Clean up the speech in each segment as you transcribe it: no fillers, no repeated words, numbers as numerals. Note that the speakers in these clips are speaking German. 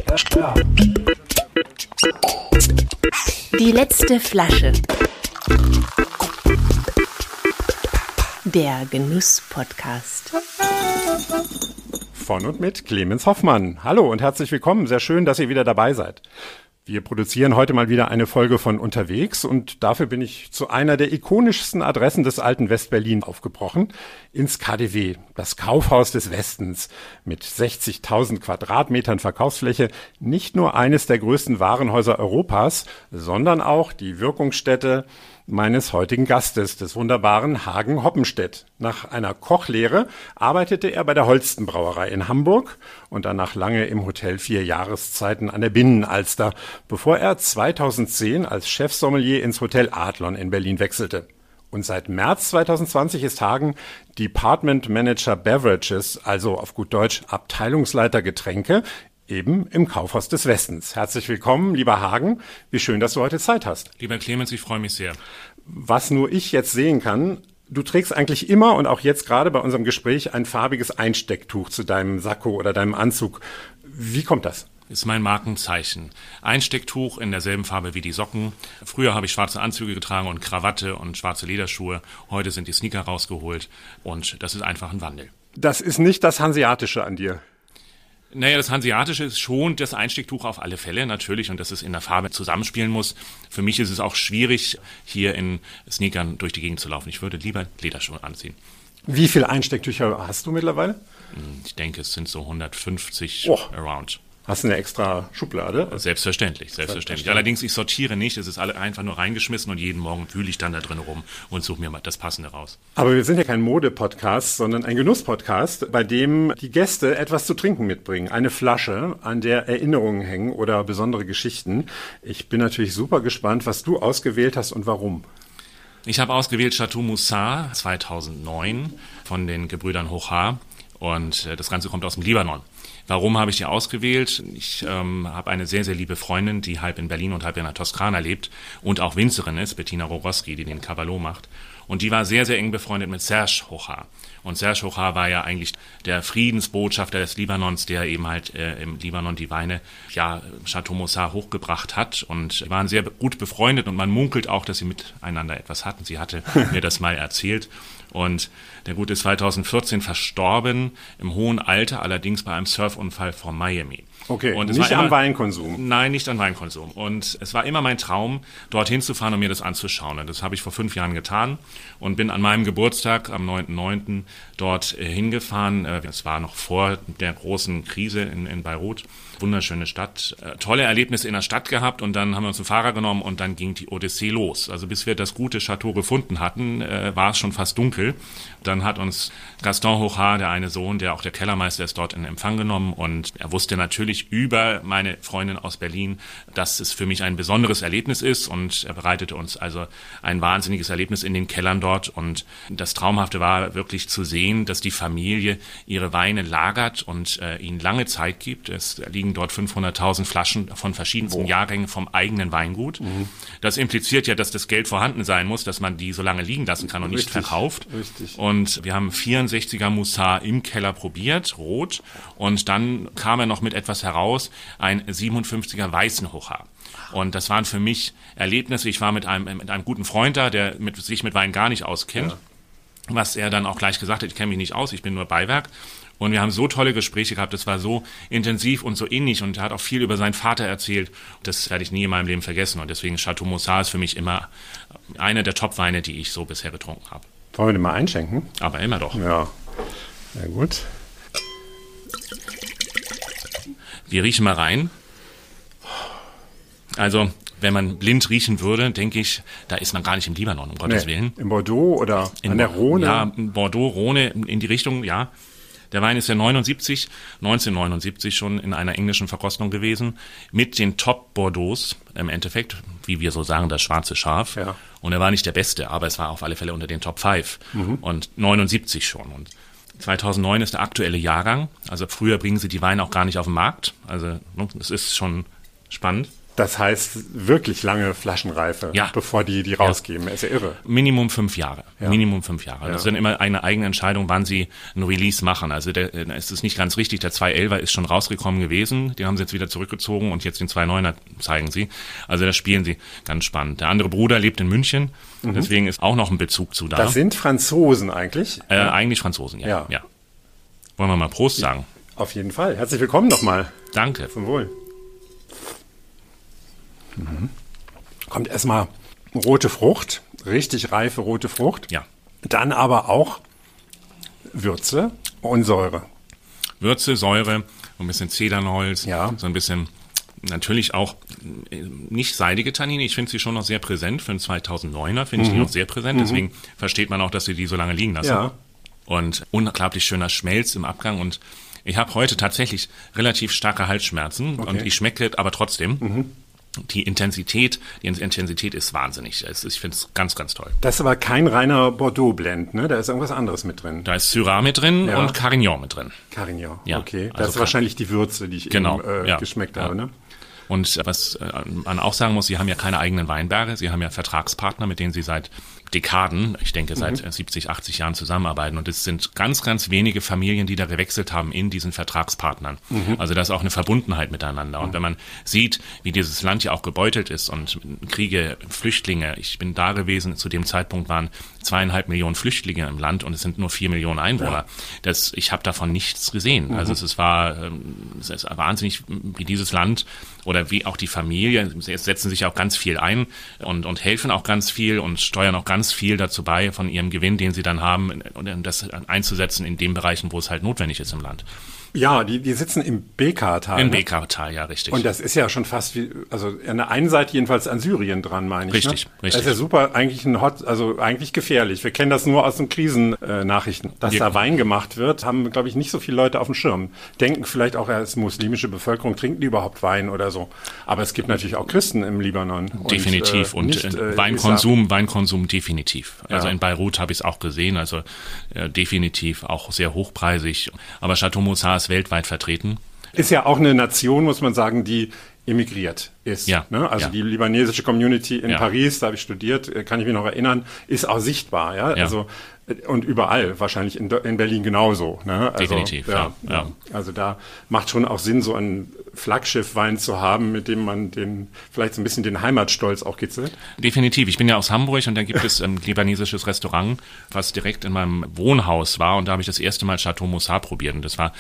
Die letzte Flasche. Der Genuss-Podcast. Von und mit Clemens Hoffmann. Hallo und herzlich willkommen. Sehr schön, dass ihr wieder dabei seid. Wir produzieren heute mal wieder eine Folge von Unterwegs und dafür bin ich zu einer der ikonischsten Adressen des alten Westberlin aufgebrochen, ins KaDeWe, das Kaufhaus des Westens, mit 60.000 Quadratmetern Verkaufsfläche, nicht nur eines der größten Warenhäuser Europas, sondern auch die Wirkungsstätte meines heutigen Gastes, des wunderbaren Hagen Hoppenstedt. Nach einer Kochlehre arbeitete er bei der Holsten Brauerei in Hamburg und danach lange im Hotel 4 Jahreszeiten an der Binnenalster, bevor er 2010 als Chefsommelier ins Hotel Adlon in Berlin wechselte. Und seit März 2020 ist Hagen Department Manager Beverages, also auf gut Deutsch Abteilungsleiter Getränke, eben im Kaufhaus des Westens. Herzlich willkommen, lieber Hagen. Wie schön, dass du heute Zeit hast. Lieber Clemens, ich freue mich sehr. Was nur ich jetzt sehen kann, du trägst eigentlich immer und auch jetzt gerade bei unserem Gespräch ein farbiges Einstecktuch zu deinem Sakko oder deinem Anzug. Wie kommt das? Ist mein Markenzeichen. Einstecktuch in derselben Farbe wie die Socken. Früher habe ich schwarze Anzüge getragen und Krawatte und schwarze Lederschuhe. Heute sind die Sneaker rausgeholt und das ist einfach ein Wandel. Das ist nicht das Hanseatische an dir. Naja, das Hanseatische ist schon das Einstecktuch auf alle Fälle, natürlich, und dass es in der Farbe zusammenspielen muss. Für mich ist es auch schwierig, hier in Sneakern durch die Gegend zu laufen. Ich würde lieber Lederschuhe anziehen. Wie viele Einstecktücher hast du mittlerweile? Ich denke, es sind so 150 around. Hast du eine extra Schublade? Selbstverständlich. Allerdings, ich sortiere nicht, es ist alle einfach nur reingeschmissen und jeden Morgen wühle ich dann da drin rum und suche mir mal das Passende raus. Aber wir sind ja kein Mode-Podcast, sondern ein Genuss-Podcast, bei dem die Gäste etwas zu trinken mitbringen. Eine Flasche, an der Erinnerungen hängen oder besondere Geschichten. Ich bin natürlich super gespannt, was du ausgewählt hast und warum. Ich habe ausgewählt Chateau Moussard 2009 von den Gebrüdern Hochar und das Ganze kommt aus dem Libanon. Warum habe ich die ausgewählt? Ich habe eine sehr, sehr liebe Freundin, die halb in Berlin und halb in der Toskana lebt und auch Winzerin ist, Bettina Rogowski, die den Cavallo macht. Und die war sehr, sehr eng befreundet mit Serge Hochar. Und Serge Hochar war ja eigentlich der Friedensbotschafter des Libanons, der eben halt im Libanon die Weine, Chateau Moussard hochgebracht hat. Und die waren sehr gut befreundet und man munkelt auch, dass sie miteinander etwas hatten. Sie hatte mir das mal erzählt. Und der Gute ist 2014 verstorben, im hohen Alter, allerdings bei einem Surfunfall vor Miami. Okay, und nicht an Weinkonsum. Nein, nicht an Weinkonsum. Und es war immer mein Traum, dorthin zu fahren und mir das anzuschauen. Und das habe ich vor 5 Jahren getan und bin an meinem Geburtstag am 9.9. dort hingefahren. Es war noch vor der großen Krise in Beirut. Wunderschöne Stadt, tolle Erlebnisse in der Stadt gehabt und dann haben wir uns einen Fahrer genommen und dann ging die Odyssee los. Also bis wir das gute Chateau gefunden hatten, war es schon fast dunkel. Dann hat uns Gaston Hochar, der eine Sohn, der auch der Kellermeister ist, dort in Empfang genommen und er wusste natürlich über meine Freundin aus Berlin, dass es für mich ein besonderes Erlebnis ist und er bereitete uns also ein wahnsinniges Erlebnis in den Kellern dort und das Traumhafte war wirklich zu sehen, dass die Familie ihre Weine lagert und ihnen lange Zeit gibt. Es liegen dort 500.000 Flaschen von verschiedensten Jahrgängen vom eigenen Weingut. Mhm. Das impliziert ja, dass das Geld vorhanden sein muss, dass man die so lange liegen lassen kann und nicht verkauft. Richtig. Und wir haben 64er Moussard im Keller probiert, rot. Und dann kam er noch mit etwas heraus, ein 57er weißen Hochar. Und das waren für mich Erlebnisse. Ich war mit einem guten Freund da, der sich mit Wein gar nicht auskennt. Ja. Was er dann auch gleich gesagt hat, ich kenne mich nicht aus, ich bin nur Beiwerk. Und wir haben so tolle Gespräche gehabt, das war so intensiv und so innig und er hat auch viel über seinen Vater erzählt. Das werde ich nie in meinem Leben vergessen und deswegen Chateau Moussard ist für mich immer einer der Top-Weine, die ich so bisher getrunken habe. Wollen wir den mal einschenken? Aber immer doch. Ja, sehr gut. Wir riechen mal rein. Also, wenn man blind riechen würde, denke ich, da ist man gar nicht im Libanon, um Gottes Willen. In Bordeaux oder an der Rhone? Ja, Bordeaux, Rhone, in die Richtung, ja. Der Wein ist ja 1979 schon in einer englischen Verkostung gewesen, mit den Top-Bordeaux, im Endeffekt, wie wir so sagen, das schwarze Schaf. Ja. Und er war nicht der Beste, aber es war auf alle Fälle unter den Top 5. Und 79 schon. Und 2009 ist der aktuelle Jahrgang. Also früher bringen sie die Weine auch gar nicht auf den Markt. Also es ist schon spannend. Das heißt wirklich lange Flaschenreife, bevor die rausgeben. Ist ja irre. Minimum 5 Jahre. Ja. Minimum 5 Jahre. Ja. Das ist dann immer eine eigene Entscheidung, wann sie ein Release machen. Also es ist nicht ganz richtig. Der 211er ist schon rausgekommen gewesen. Den haben sie jetzt wieder zurückgezogen und jetzt den 2.9er zeigen sie. Also das spielen sie ganz spannend. Der andere Bruder lebt in München. Deswegen ist auch noch ein Bezug zu da. Das sind Franzosen eigentlich? Eigentlich Franzosen, ja. Wollen wir mal Prost sagen? Auf jeden Fall. Herzlich willkommen nochmal. Danke. Zum Wohl. Kommt erstmal rote Frucht, richtig reife rote Frucht. Ja. Dann aber auch Würze und Säure. Würze, Säure, ein bisschen Zedernholz, Ja. so ein bisschen natürlich auch nicht seidige Tannine. Ich finde sie schon noch sehr präsent. Für einen 2009er finde ich die noch sehr präsent. Deswegen versteht man auch, dass sie die so lange liegen lassen. Ja. Und unglaublich schöner Schmelz im Abgang. Und ich habe heute tatsächlich relativ starke Halsschmerzen. Okay. Und ich schmecke aber trotzdem. Die Intensität ist wahnsinnig. Ich finde es ganz, ganz toll. Das ist aber kein reiner Bordeaux-Blend, ne? Da ist irgendwas anderes mit drin. Da ist Syrah mit drin Ja. und Carignan mit drin. Carignan, Ja, okay. Das also ist wahrscheinlich die Würze, die ich Genau, eben ja. geschmeckt habe, ne? Und was man auch sagen muss, sie haben ja keine eigenen Weinberge. Sie haben ja Vertragspartner, mit denen sie seit Dekaden, ich denke seit 70, 80 Jahren zusammenarbeiten. Und es sind ganz, ganz wenige Familien, die da gewechselt haben in diesen Vertragspartnern. Also da ist auch eine Verbundenheit miteinander. Und wenn man sieht, wie dieses Land ja auch gebeutelt ist und Kriege, Flüchtlinge, ich bin da gewesen, zu dem Zeitpunkt waren 2,5 Millionen Flüchtlinge im Land und es sind nur 4 Millionen Einwohner. Ich habe davon nichts gesehen. Also es ist wahnsinnig, wie dieses Land oder wie auch die Familie, sie setzen sich auch ganz viel ein und helfen auch ganz viel und steuern auch ganz viel dazu bei, von ihrem Gewinn, den sie dann haben, und das einzusetzen in den Bereichen, wo es halt notwendig ist im Land. Ja, die sitzen im Bekaa-Tal. Im ne? Bekaa-Tal, ja, richtig. Und das ist ja schon fast wie, also an der einen Seite jedenfalls an Syrien dran, meine ich. Richtig, ne? richtig. Das ist ja super, eigentlich eigentlich gefährlich. Wir kennen das nur aus den Krisennachrichten. Dass da Wein gemacht wird, haben, glaube ich, nicht so viele Leute auf dem Schirm. Denken vielleicht auch, als muslimische Bevölkerung, trinken die überhaupt Wein oder so. Aber es gibt natürlich auch Christen im Libanon. Definitiv. Und Weinkonsum definitiv. Also in Beirut habe ich es auch gesehen, also definitiv auch sehr hochpreisig. Aber Chateau Moussard ist weltweit vertreten. Ist ja auch eine Nation, muss man sagen, die emigriert ist. Ja, Ne? Also ja. die libanesische Community in Ja. Paris, da habe ich studiert, kann ich mich noch erinnern, ist auch sichtbar. Ja? Ja. Also und überall, wahrscheinlich in Berlin genauso. Ne? Also, Definitiv, ja. Also da macht schon auch Sinn, so einen Flaggschiffwein zu haben, mit dem man vielleicht so ein bisschen den Heimatstolz auch kitzelt. Definitiv. Ich bin ja aus Hamburg und da gibt es ein libanesisches Restaurant, was direkt in meinem Wohnhaus war. Und da habe ich das erste Mal Chateau Moussard probiert. Und das war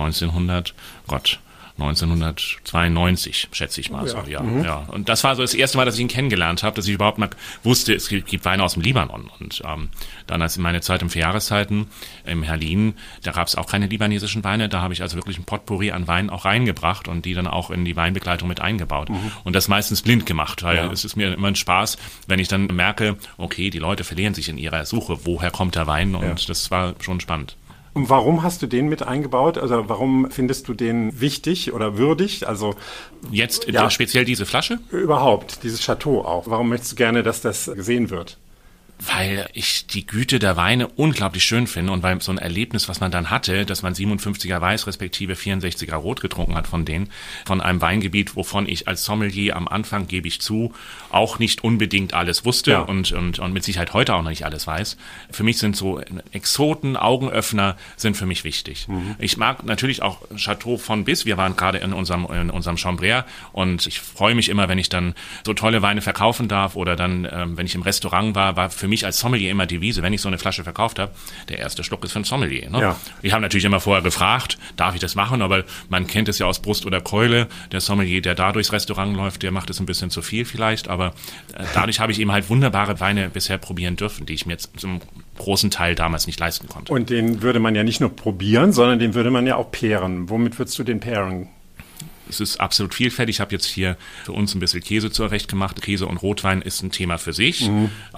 1992, schätze ich mal so. Ja. Und das war so das erste Mal, dass ich ihn kennengelernt habe, dass ich überhaupt mal wusste, es gibt Weine aus dem Libanon. Und dann, als in meine Zeit im 4 Jahreszeiten im Herlin, da gab es auch keine libanesischen Weine. Da habe ich also wirklich ein Potpourri an Weinen auch reingebracht und die dann auch in die Weinbegleitung mit eingebaut. Und das meistens blind gemacht, weil es ist mir immer ein Spaß, wenn ich dann merke, okay, die Leute verlieren sich in ihrer Suche, woher kommt der Wein? Und das war schon spannend. Und warum hast du den mit eingebaut? Also warum findest du den wichtig oder würdig? Also Jetzt speziell diese Flasche? überhaupt, dieses Chateau auch. Warum möchtest du gerne, dass das gesehen wird? Weil ich die Güte der Weine unglaublich schön finde und weil so ein Erlebnis, was man dann hatte, dass man 57er Weiß respektive 64er Rot getrunken hat von einem Weingebiet, wovon ich als Sommelier am Anfang, gebe ich zu, auch nicht unbedingt alles wusste und mit Sicherheit heute auch noch nicht alles weiß. Für mich sind so Exoten, Augenöffner sind für mich wichtig. Ich mag natürlich auch Chateau von bis. Wir waren gerade in unserem Chambrère und ich freue mich immer, wenn ich dann so tolle Weine verkaufen darf oder dann, wenn ich im Restaurant war für mich als Sommelier immer Devise, wenn ich so eine Flasche verkauft habe, der erste Schluck ist für ein Sommelier. Ne? Ja. Ich habe natürlich immer vorher gefragt, darf ich das machen, aber man kennt es ja aus Brust oder Keule. Der Sommelier, der da durchs Restaurant läuft, der macht es ein bisschen zu viel vielleicht, aber dadurch habe ich eben halt wunderbare Weine bisher probieren dürfen, die ich mir jetzt zum großen Teil damals nicht leisten konnte. Und den würde man ja nicht nur probieren, sondern den würde man ja auch pairen. Womit würdest du den pairen? Es ist absolut vielfältig. Ich habe jetzt hier für uns ein bisschen Käse zurecht gemacht. Käse und Rotwein ist ein Thema für sich.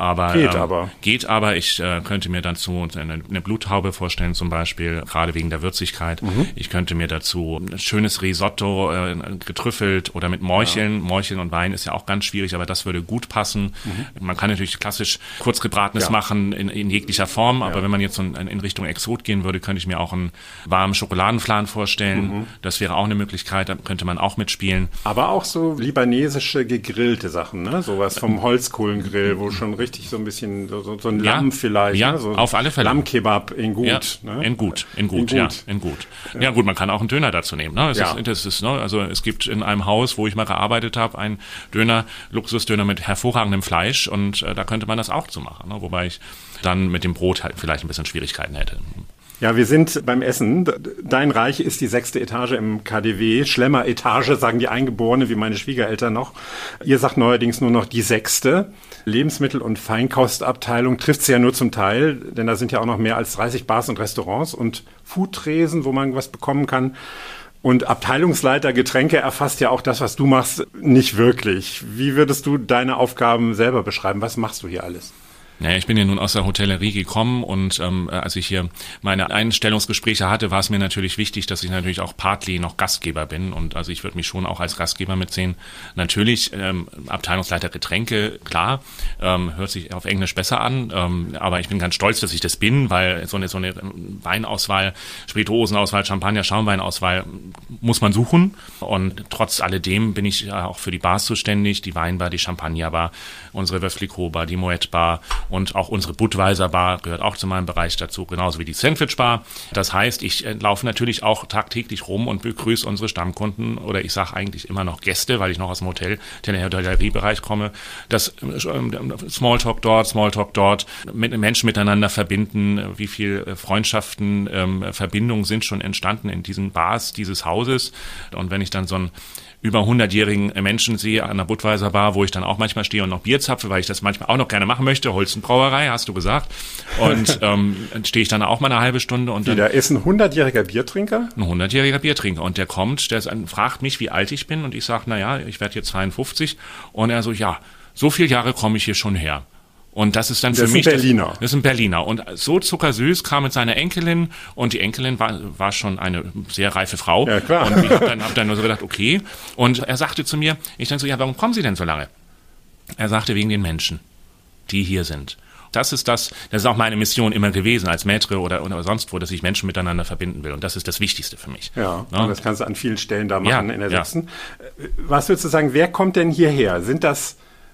Geht aber. Ich könnte mir dazu eine Bluthaube vorstellen zum Beispiel, gerade wegen der Würzigkeit. Ich könnte mir dazu ein schönes Risotto getrüffelt oder mit Morcheln. Ja. Morcheln und Wein ist ja auch ganz schwierig, aber das würde gut passen. Man kann natürlich klassisch kurzgebratenes machen in jeglicher Form, aber wenn man jetzt in Richtung Exot gehen würde, könnte ich mir auch einen warmen Schokoladenflan vorstellen. Das wäre auch eine Möglichkeit. Da könnte könnte man auch mitspielen. Aber auch so libanesische gegrillte Sachen, ne? Sowas vom Holzkohlengrill, wo schon richtig so ein bisschen so ein Lamm vielleicht. Ja, ne? So auf alle Fälle. Lammkebab in gut. Ja, ne? in gut. Ja gut, man kann auch einen Döner dazu nehmen. Ne? Also es gibt in einem Haus, wo ich mal gearbeitet habe, einen Luxusdöner mit hervorragendem Fleisch und da könnte man das auch zu machen. Ne? Wobei ich dann mit dem Brot halt vielleicht ein bisschen Schwierigkeiten hätte. Ja, wir sind beim Essen. Dein Reich ist die 6. Etage im KaDeWe. Schlemmer-Etage, sagen die Eingeborene, wie meine Schwiegereltern noch. Ihr sagt neuerdings nur noch die 6. Lebensmittel- und Feinkostabteilung trifft sie ja nur zum Teil, denn da sind ja auch noch mehr als 30 Bars und Restaurants und Foodtresen, wo man was bekommen kann. Und Abteilungsleiter Getränke erfasst ja auch das, was du machst, nicht wirklich. Wie würdest du deine Aufgaben selber beschreiben? Was machst du hier alles? Naja, ich bin ja nun aus der Hotellerie gekommen und als ich hier meine Einstellungsgespräche hatte, war es mir natürlich wichtig, dass ich natürlich auch partly noch Gastgeber bin und also ich würde mich schon auch als Gastgeber mitsehen. Natürlich Abteilungsleiter Getränke, klar, hört sich auf Englisch besser an, aber ich bin ganz stolz, dass ich das bin, weil so eine Weinauswahl, Spirituosenauswahl, Champagner, Schaumweinauswahl muss man suchen und trotz alledem bin ich ja auch für die Bars zuständig, die Weinbar, die Champagnerbar, unsere Veuve Clicquot Bar, die Moet Bar und auch unsere Budweiser Bar gehört auch zu meinem Bereich dazu, genauso wie die Sandwich Bar. Das heißt, ich laufe natürlich auch tagtäglich rum und begrüße unsere Stammkunden oder ich sage eigentlich immer noch Gäste, weil ich noch aus dem Hotelleriebereich komme. Das Smalltalk dort, mit Menschen miteinander verbinden, wie viel Freundschaften, Verbindungen sind schon entstanden in diesen Bars dieses Hauses. Und wenn ich dann so ein über 100-jährigen Menschen sehe an der Budweiser Bar, wo ich dann auch manchmal stehe und noch Bier zapfe, weil ich das manchmal auch noch gerne machen möchte. Holstenbrauerei, hast du gesagt. Und stehe ich dann auch mal eine halbe Stunde. Und dann da ist ein 100-jähriger Biertrinker? Ein 100-jähriger Biertrinker. Und der kommt, fragt mich, wie alt ich bin. Und ich sage, ich werde jetzt 52. Und er so, ja, so viele Jahre komme ich hier schon her. Und das ist dann für mich... Das ist ein Berliner. Und so zuckersüß kam mit seiner Enkelin und die Enkelin war schon eine sehr reife Frau. Ja, klar. Und ich hab dann nur so gedacht, okay. Und er sagte zu mir, ich dann so, ja, warum kommen Sie denn so lange? Er sagte, wegen den Menschen, die hier sind. Das ist auch meine Mission immer gewesen, als Maître oder sonst wo, dass ich Menschen miteinander verbinden will. Und das ist das Wichtigste für mich. Ja, und das kannst du an vielen Stellen da machen in der Sachsen. Ja. Was würdest du sagen, wer kommt denn hierher? Sind das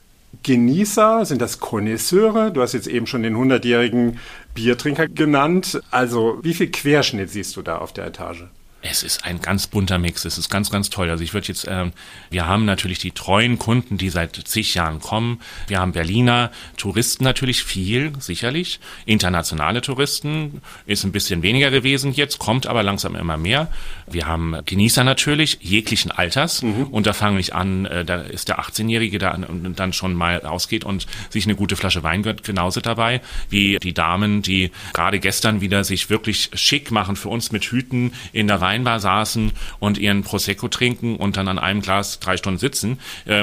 Genießer, sind das Connoisseure? Du hast jetzt eben schon den 100-jährigen Biertrinker genannt. Also wie viel Querschnitt siehst du da auf der Etage? Es ist ein ganz bunter Mix. Es ist ganz, ganz toll. Also ich würde jetzt, wir haben natürlich die treuen Kunden, die seit zig Jahren kommen. Wir haben Berliner Touristen natürlich viel, sicherlich. Internationale Touristen ist ein bisschen weniger gewesen jetzt, kommt aber langsam immer mehr. Wir haben Genießer natürlich, jeglichen Alters. Und da fange ich an, da ist der 18-Jährige, der dann schon mal ausgeht und sich eine gute Flasche Wein gönnt, genauso dabei, wie die Damen, die gerade gestern wieder sich wirklich schick machen für uns mit Hüten in der Weinbar saßen und ihren Prosecco trinken und dann an einem Glas 3 Stunden sitzen.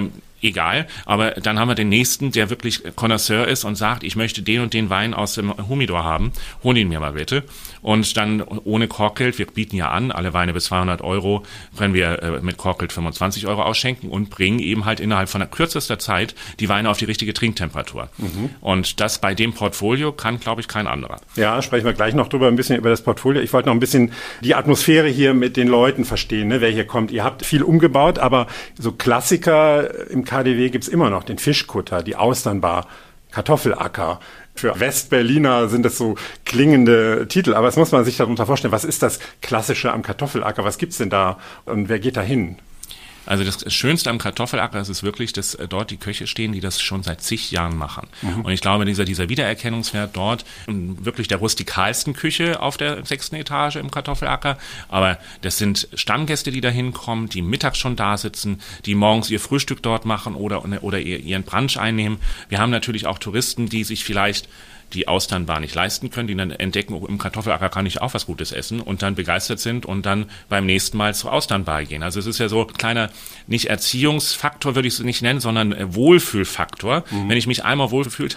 Egal, aber dann haben wir den Nächsten, der wirklich Connoisseur ist und sagt, ich möchte den und den Wein aus dem Humidor haben, hol ihn mir mal bitte. Und dann ohne Korkgeld, wir bieten ja an, alle Weine bis 200 Euro können wir mit Korkgeld 25 Euro ausschenken und bringen eben halt innerhalb von kürzester Zeit die Weine auf die richtige Trinktemperatur. Und das bei dem Portfolio kann, glaube ich, kein anderer. Ja, sprechen wir gleich noch ein bisschen über das Portfolio. Ich wollte noch ein bisschen die Atmosphäre hier mit den Leuten verstehen, ne, wer hier kommt. Ihr habt viel umgebaut, aber so Klassiker im KaDeWe gibt's immer noch, den Fischkutter, die Austernbar, Kartoffelacker. Für Westberliner sind das so klingende Titel, aber es muss man sich darunter vorstellen, was ist das Klassische am Kartoffelacker, was gibt's denn da und wer geht da hin? Also das Schönste am Kartoffelacker ist es wirklich, dass dort die Köche stehen, die das schon seit zig Jahren machen. Und ich glaube, dieser Wiedererkennungswert dort, wirklich der rustikalsten Küche auf der 6. Etage im Kartoffelacker, aber das sind Stammgäste, die da hinkommen, die mittags schon da sitzen, die morgens ihr Frühstück dort machen oder ihren Brunch einnehmen. Wir haben natürlich auch Touristen, die sich vielleicht die Austernbar nicht leisten können, die dann entdecken, im Kartoffelacker kann ich auch was Gutes essen und dann begeistert sind und dann beim nächsten Mal zur Austernbar gehen. Also es ist ja so ein kleiner, nicht Erziehungsfaktor würde ich es nicht nennen, sondern Wohlfühlfaktor. Wenn ich mich einmal wohlgefühlt habe,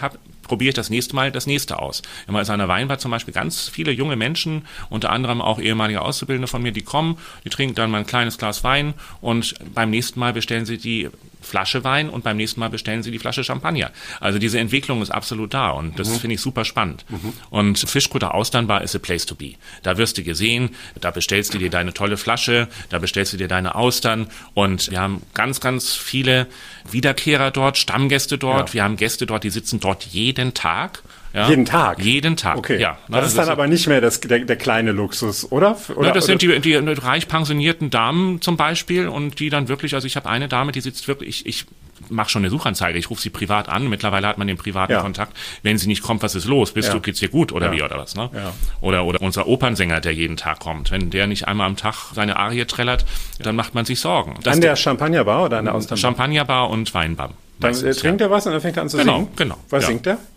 probiere ich das nächste Mal das nächste aus. Wir haben also an der Weinbar zum Beispiel ganz viele junge Menschen, unter anderem auch ehemalige Auszubildende von mir, die kommen, die trinken dann mal ein kleines Glas Wein und beim nächsten Mal bestellen sie die Flasche Wein und beim nächsten Mal bestellen sie die Flasche Champagner. Also diese Entwicklung ist absolut da und das finde ich super spannend. Und Fischkutter Austernbar ist a place to be. Da wirst du gesehen, da bestellst du dir deine tolle Flasche, da bestellst du dir deine Austern und wir haben ganz, ganz viele Wiederkehrer dort, Stammgäste dort. Ja. Wir haben Gäste dort, die sitzen dort jeden Tag. Ja. Jeden Tag? Jeden Tag, okay. Ja. Das ist dann aber nicht mehr der kleine Luxus, oder? Ja, das sind die reich pensionierten Damen zum Beispiel und die dann wirklich, also ich habe eine Dame, die sitzt wirklich, ich mache schon eine Suchanzeige, ich rufe sie privat an, mittlerweile hat man den privaten Kontakt, wenn sie nicht kommt, was ist los, geht's dir gut oder wie oder was, ne? Ja. Oder unser Opernsänger, der jeden Tag kommt, wenn der nicht einmal am Tag seine Arie trällert, dann macht man sich Sorgen. An der Champagnerbar oder an der Austernbar? Champagnerbar und Weinbar. Dann trinkt er was und dann fängt er an zu singen? Genau. Was singt er?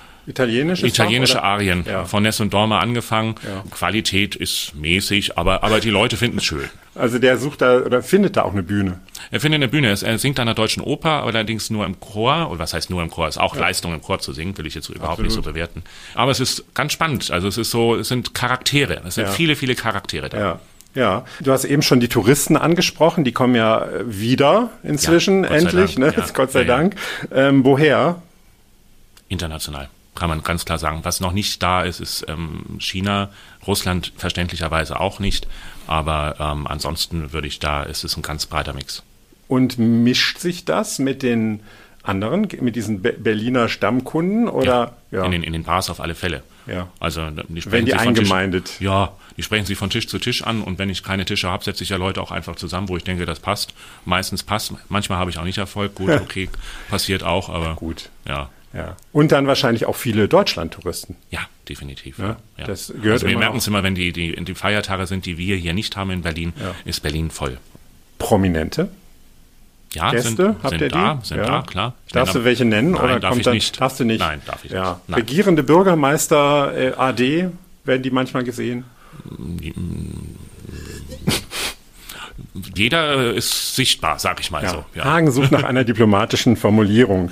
Italienische Arien, von Ness und Dorma angefangen. Ja. Qualität ist mäßig, aber die Leute finden es schön. Also der sucht da oder findet da auch eine Bühne? Er findet eine Bühne. Er singt an der Deutschen Oper, allerdings nur im Chor. Oder was heißt nur im Chor? Es ist auch Leistung im Chor zu singen, will ich jetzt überhaupt nicht so bewerten. Aber es ist ganz spannend. Also es sind Charaktere. Es sind viele, viele Charaktere da. Ja, du hast eben schon die Touristen angesprochen. Die kommen ja wieder inzwischen, endlich. Ne? Gott sei Dank. Woher? International. Kann man ganz klar sagen. Was noch nicht da ist, ist China, Russland verständlicherweise auch nicht. Aber ansonsten ist es ein ganz breiter Mix. Und mischt sich das mit den anderen, mit diesen Berliner Stammkunden? Oder? Ja. In den Bars auf alle Fälle. Ja. Also wenn die eingemeindet. Die sprechen sie von Tisch zu Tisch an und wenn ich keine Tische habe, setze ich ja Leute auch einfach zusammen, wo ich denke, das passt. Meistens passt. Manchmal habe ich auch nicht Erfolg. Gut, okay, passiert auch, aber gut. Ja. Und dann wahrscheinlich auch viele Deutschland-Touristen. Ja, definitiv. Ja. Das gehört wir merken es immer, wenn die Feiertage sind, die wir hier nicht haben in Berlin, ist Berlin voll. Prominente? Ja, Gäste, sind da, klar. Darfst du welche nennen? Nein, oder darf kommt ich dann, nicht. Darfst du nicht? Nein, darf ich nicht. Nein. Regierende Bürgermeister, AD, werden die manchmal gesehen? Jeder ist sichtbar, sag ich mal so. Ja. Hagen sucht nach einer diplomatischen Formulierung.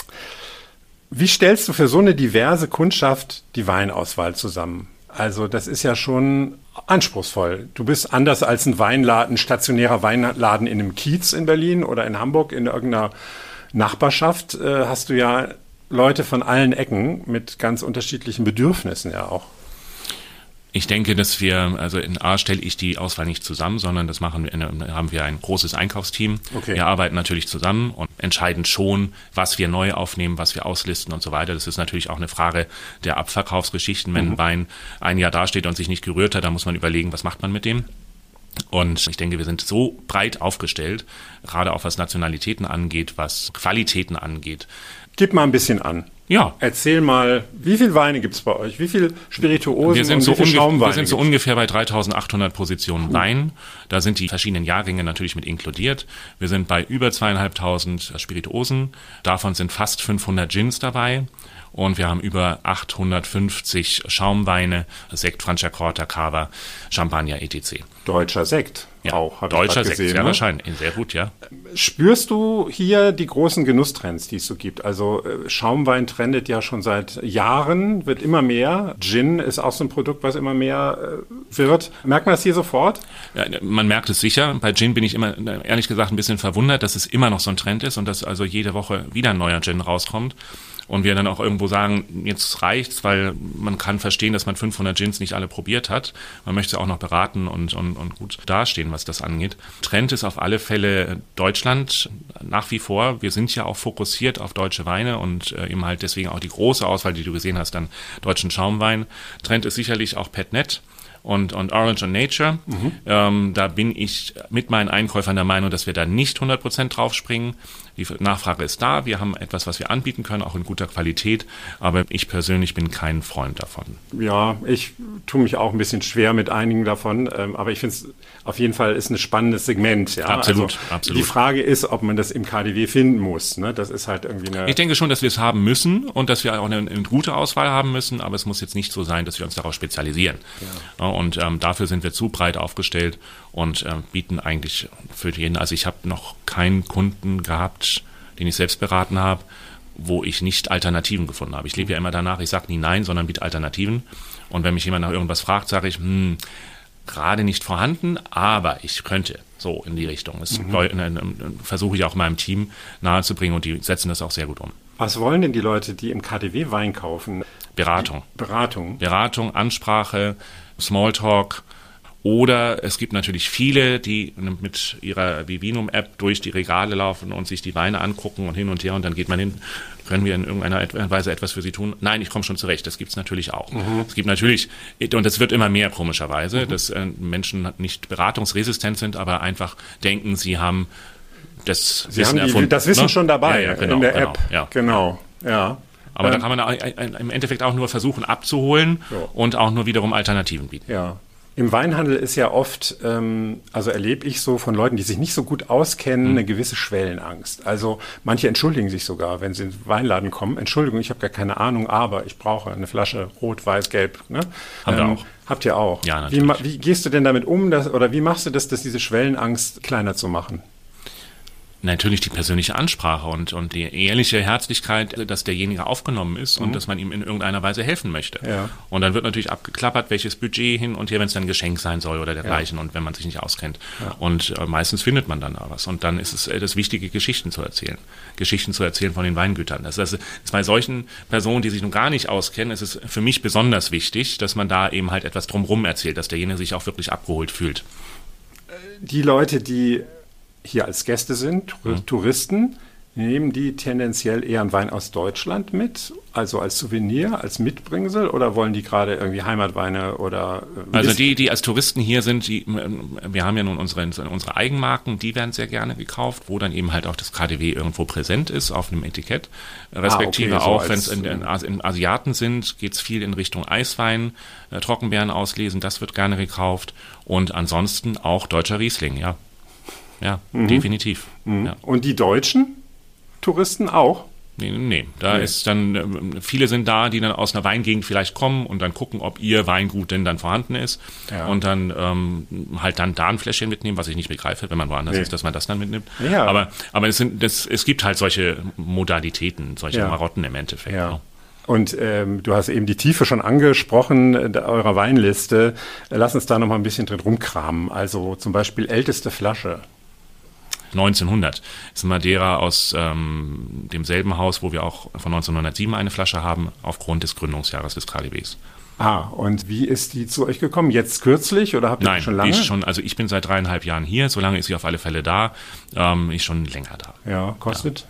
Wie stellst du für so eine diverse Kundschaft die Weinauswahl zusammen? Also das ist ja schon anspruchsvoll. Du bist anders als ein stationärer Weinladen in einem Kiez in Berlin oder in Hamburg in irgendeiner Nachbarschaft. Hast du ja Leute von allen Ecken mit ganz unterschiedlichen Bedürfnissen ja auch. Ich denke, dass in A stelle ich die Auswahl nicht zusammen, sondern haben wir ein großes Einkaufsteam. Okay. Wir arbeiten natürlich zusammen und entscheiden schon, was wir neu aufnehmen, was wir auslisten und so weiter. Das ist natürlich auch eine Frage der Abverkaufsgeschichten. Wenn ein Wein ein Jahr dasteht und sich nicht gerührt hat, dann muss man überlegen, was macht man mit dem. Und ich denke, wir sind so breit aufgestellt, gerade auch was Nationalitäten angeht, was Qualitäten angeht. Gib mal ein bisschen an. Ja. Erzähl mal, wie viel Weine gibt es bei euch? Wie viel Spirituosen und wie viel Schaumweine? Wir sind so ungefähr bei 3.800 Positionen Wein. Da sind die verschiedenen Jahrgänge natürlich mit inkludiert. Wir sind bei über 2.500 Spirituosen. Davon sind fast 500 Gins dabei. Und wir haben über 850 Schaumweine, Sekt, Franciacorta, Cava, Champagner, etc. Deutscher Sekt auch, habe ich Deutscher gesehen, Sekt, sehr wahrscheinlich. Sehr gut, ja. Spürst du hier die großen Genusstrends, die es so gibt? Also Schaumwein trendet ja schon seit Jahren, wird immer mehr. Gin ist auch so ein Produkt, was immer mehr wird. Merkt man das hier sofort? Ja, man merkt es sicher. Bei Gin bin ich immer, ehrlich gesagt, ein bisschen verwundert, dass es immer noch so ein Trend ist und dass also jede Woche wieder ein neuer Gin rauskommt. Und wir dann auch irgendwo sagen, jetzt reicht's, weil man kann verstehen, dass man 500 Gins nicht alle probiert hat. Man möchte auch noch beraten und gut dastehen, was das angeht. Trend ist auf alle Fälle Deutschland nach wie vor. Wir sind ja auch fokussiert auf deutsche Weine und eben halt deswegen auch die große Auswahl, die du gesehen hast, an deutschen Schaumwein. Trend ist sicherlich auch Pet Nat und Orange and Nature. Da bin ich mit meinen Einkäufern der Meinung, dass wir da nicht 100% draufspringen. Die Nachfrage ist da. Wir haben etwas, was wir anbieten können, auch in guter Qualität. Aber ich persönlich bin kein Freund davon. Ja, ich tue mich auch ein bisschen schwer mit einigen davon. Aber ich finde es auf jeden Fall ist ein spannendes Segment. Ja? Absolut, also, absolut. Die Frage ist, ob man das im KaDeWe finden muss. Ne? Das ist halt irgendwie eine... Ich denke schon, dass wir es haben müssen und dass wir auch eine gute Auswahl haben müssen. Aber es muss jetzt nicht so sein, dass wir uns darauf spezialisieren. Ja. Und dafür sind wir zu breit aufgestellt und bieten eigentlich für jeden, also ich habe noch keinen Kunden gehabt, den ich selbst beraten habe, wo ich nicht Alternativen gefunden habe. Ich lebe ja immer danach, ich sage nie nein, sondern biete Alternativen. Und wenn mich jemand nach irgendwas fragt, sage ich, gerade nicht vorhanden, aber ich könnte so in die Richtung. Das versuche ich auch meinem Team nahezubringen und die setzen das auch sehr gut um. Was wollen denn die Leute, die im KaDeWe Wein kaufen? Beratung. Beratung, Ansprache, Smalltalk. Oder es gibt natürlich viele, die mit ihrer Vivinum-App durch die Regale laufen und sich die Weine angucken und hin und her und dann geht man hin, können wir in irgendeiner Weise etwas für sie tun? Nein, ich komme schon zurecht, das gibt's natürlich auch. Es gibt natürlich, und es wird immer mehr komischerweise, dass Menschen nicht beratungsresistent sind, aber einfach denken, sie haben das Wissen erfunden. Das Wissen schon dabei genau, in der App. Genau. Ja. Aber da kann man im Endeffekt auch nur versuchen abzuholen und auch nur wiederum Alternativen bieten. Ja. Im Weinhandel ist ja oft, also erlebe ich so von Leuten, die sich nicht so gut auskennen, eine gewisse Schwellenangst. Also manche entschuldigen sich sogar, wenn sie in den Weinladen kommen. Entschuldigung, ich habe gar keine Ahnung, aber ich brauche eine Flasche Rot, Weiß, Gelb. Ne? Haben wir auch. Habt ihr auch? Ja, natürlich. Wie gehst du denn damit um, oder wie machst du das, diese Schwellenangst kleiner zu machen? Natürlich die persönliche Ansprache und die ehrliche Herzlichkeit, dass derjenige aufgenommen ist und dass man ihm in irgendeiner Weise helfen möchte. Ja. Und dann wird natürlich abgeklappert, welches Budget hin und her, wenn es dann ein Geschenk sein soll oder dergleichen und wenn man sich nicht auskennt. Ja. Und meistens findet man dann da was. Und dann ist es das Wichtige, Geschichten zu erzählen. Geschichten zu erzählen von den Weingütern. Das ist bei solchen Personen, die sich nun gar nicht auskennen, ist es für mich besonders wichtig, dass man da eben halt etwas drumherum erzählt, dass derjenige sich auch wirklich abgeholt fühlt. Die Leute, die hier als Gäste sind, Touristen, nehmen die tendenziell eher einen Wein aus Deutschland mit, also als Souvenir, als Mitbringsel, oder wollen die gerade irgendwie Heimatweine oder... Also die als Touristen hier sind, wir haben ja nun unsere Eigenmarken, die werden sehr gerne gekauft, wo dann eben halt auch das KaDeWe irgendwo präsent ist auf einem Etikett. Respektive so auch, wenn es in Asiaten sind, geht es viel in Richtung Eiswein, Trockenbeeren auslesen, das wird gerne gekauft. Und ansonsten auch deutscher Riesling, ja. Ja, definitiv. Ja. Und die deutschen Touristen auch? Nee. Ist dann, viele sind da, die dann aus einer Weingegend vielleicht kommen und dann gucken, ob ihr Weingut denn dann vorhanden ist. Ja. Und dann halt dann da ein Fläschchen mitnehmen, was ich nicht begreife, wenn man woanders ist, dass man das dann mitnimmt. Ja. Aber es gibt halt solche Modalitäten, solche Marotten im Endeffekt. Ja. Und du hast eben die Tiefe schon angesprochen, eurer Weinliste. Lass uns da noch mal ein bisschen drin rumkramen. Also zum Beispiel älteste Flasche. 1900 ist Madeira aus demselben Haus, wo wir auch von 1907 eine Flasche haben, aufgrund des Gründungsjahres des KaDeWes. Und wie ist die zu euch gekommen? Jetzt kürzlich oder habt ihr die schon lange? Nein, also ich bin seit 3,5 Jahren hier, so lange ist sie auf alle Fälle da, ist schon länger da. Ja, kostet?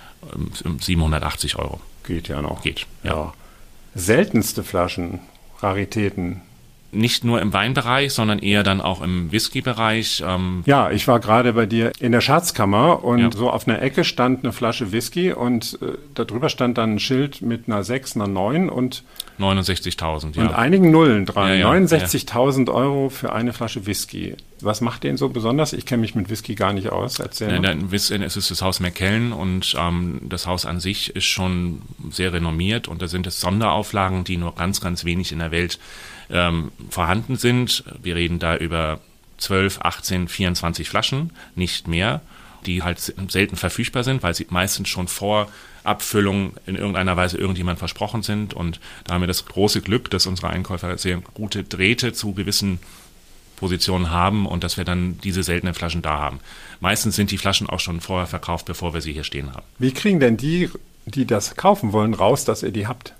780 €. Geht ja noch. Geht, ja. Seltenste Flaschen, Raritäten. Nicht nur im Weinbereich, sondern eher dann auch im Whisky-Bereich. Ja, ich war gerade bei dir in der Schatzkammer und so auf einer Ecke stand eine Flasche Whisky und darüber stand dann ein Schild mit einer 6, einer 9 und 69.000, und einigen Nullen dran. 69.000 € für eine Flasche Whisky. Was macht den so besonders? Ich kenne mich mit Whisky gar nicht aus. Erzähl mal. Es ist das Haus Macallan und das Haus an sich ist schon sehr renommiert und da sind es Sonderauflagen, die nur ganz, ganz wenig in der Welt vorhanden sind. Wir reden da über 12, 18, 24 Flaschen, nicht mehr, die halt selten verfügbar sind, weil sie meistens schon vor Abfüllung in irgendeiner Weise irgendjemand versprochen sind. Und da haben wir das große Glück, dass unsere Einkäufer sehr gute Drähte zu gewissen Positionen haben und dass wir dann diese seltenen Flaschen da haben. Meistens sind die Flaschen auch schon vorher verkauft, bevor wir sie hier stehen haben. Wie kriegen denn die das kaufen wollen, raus, dass ihr die habt?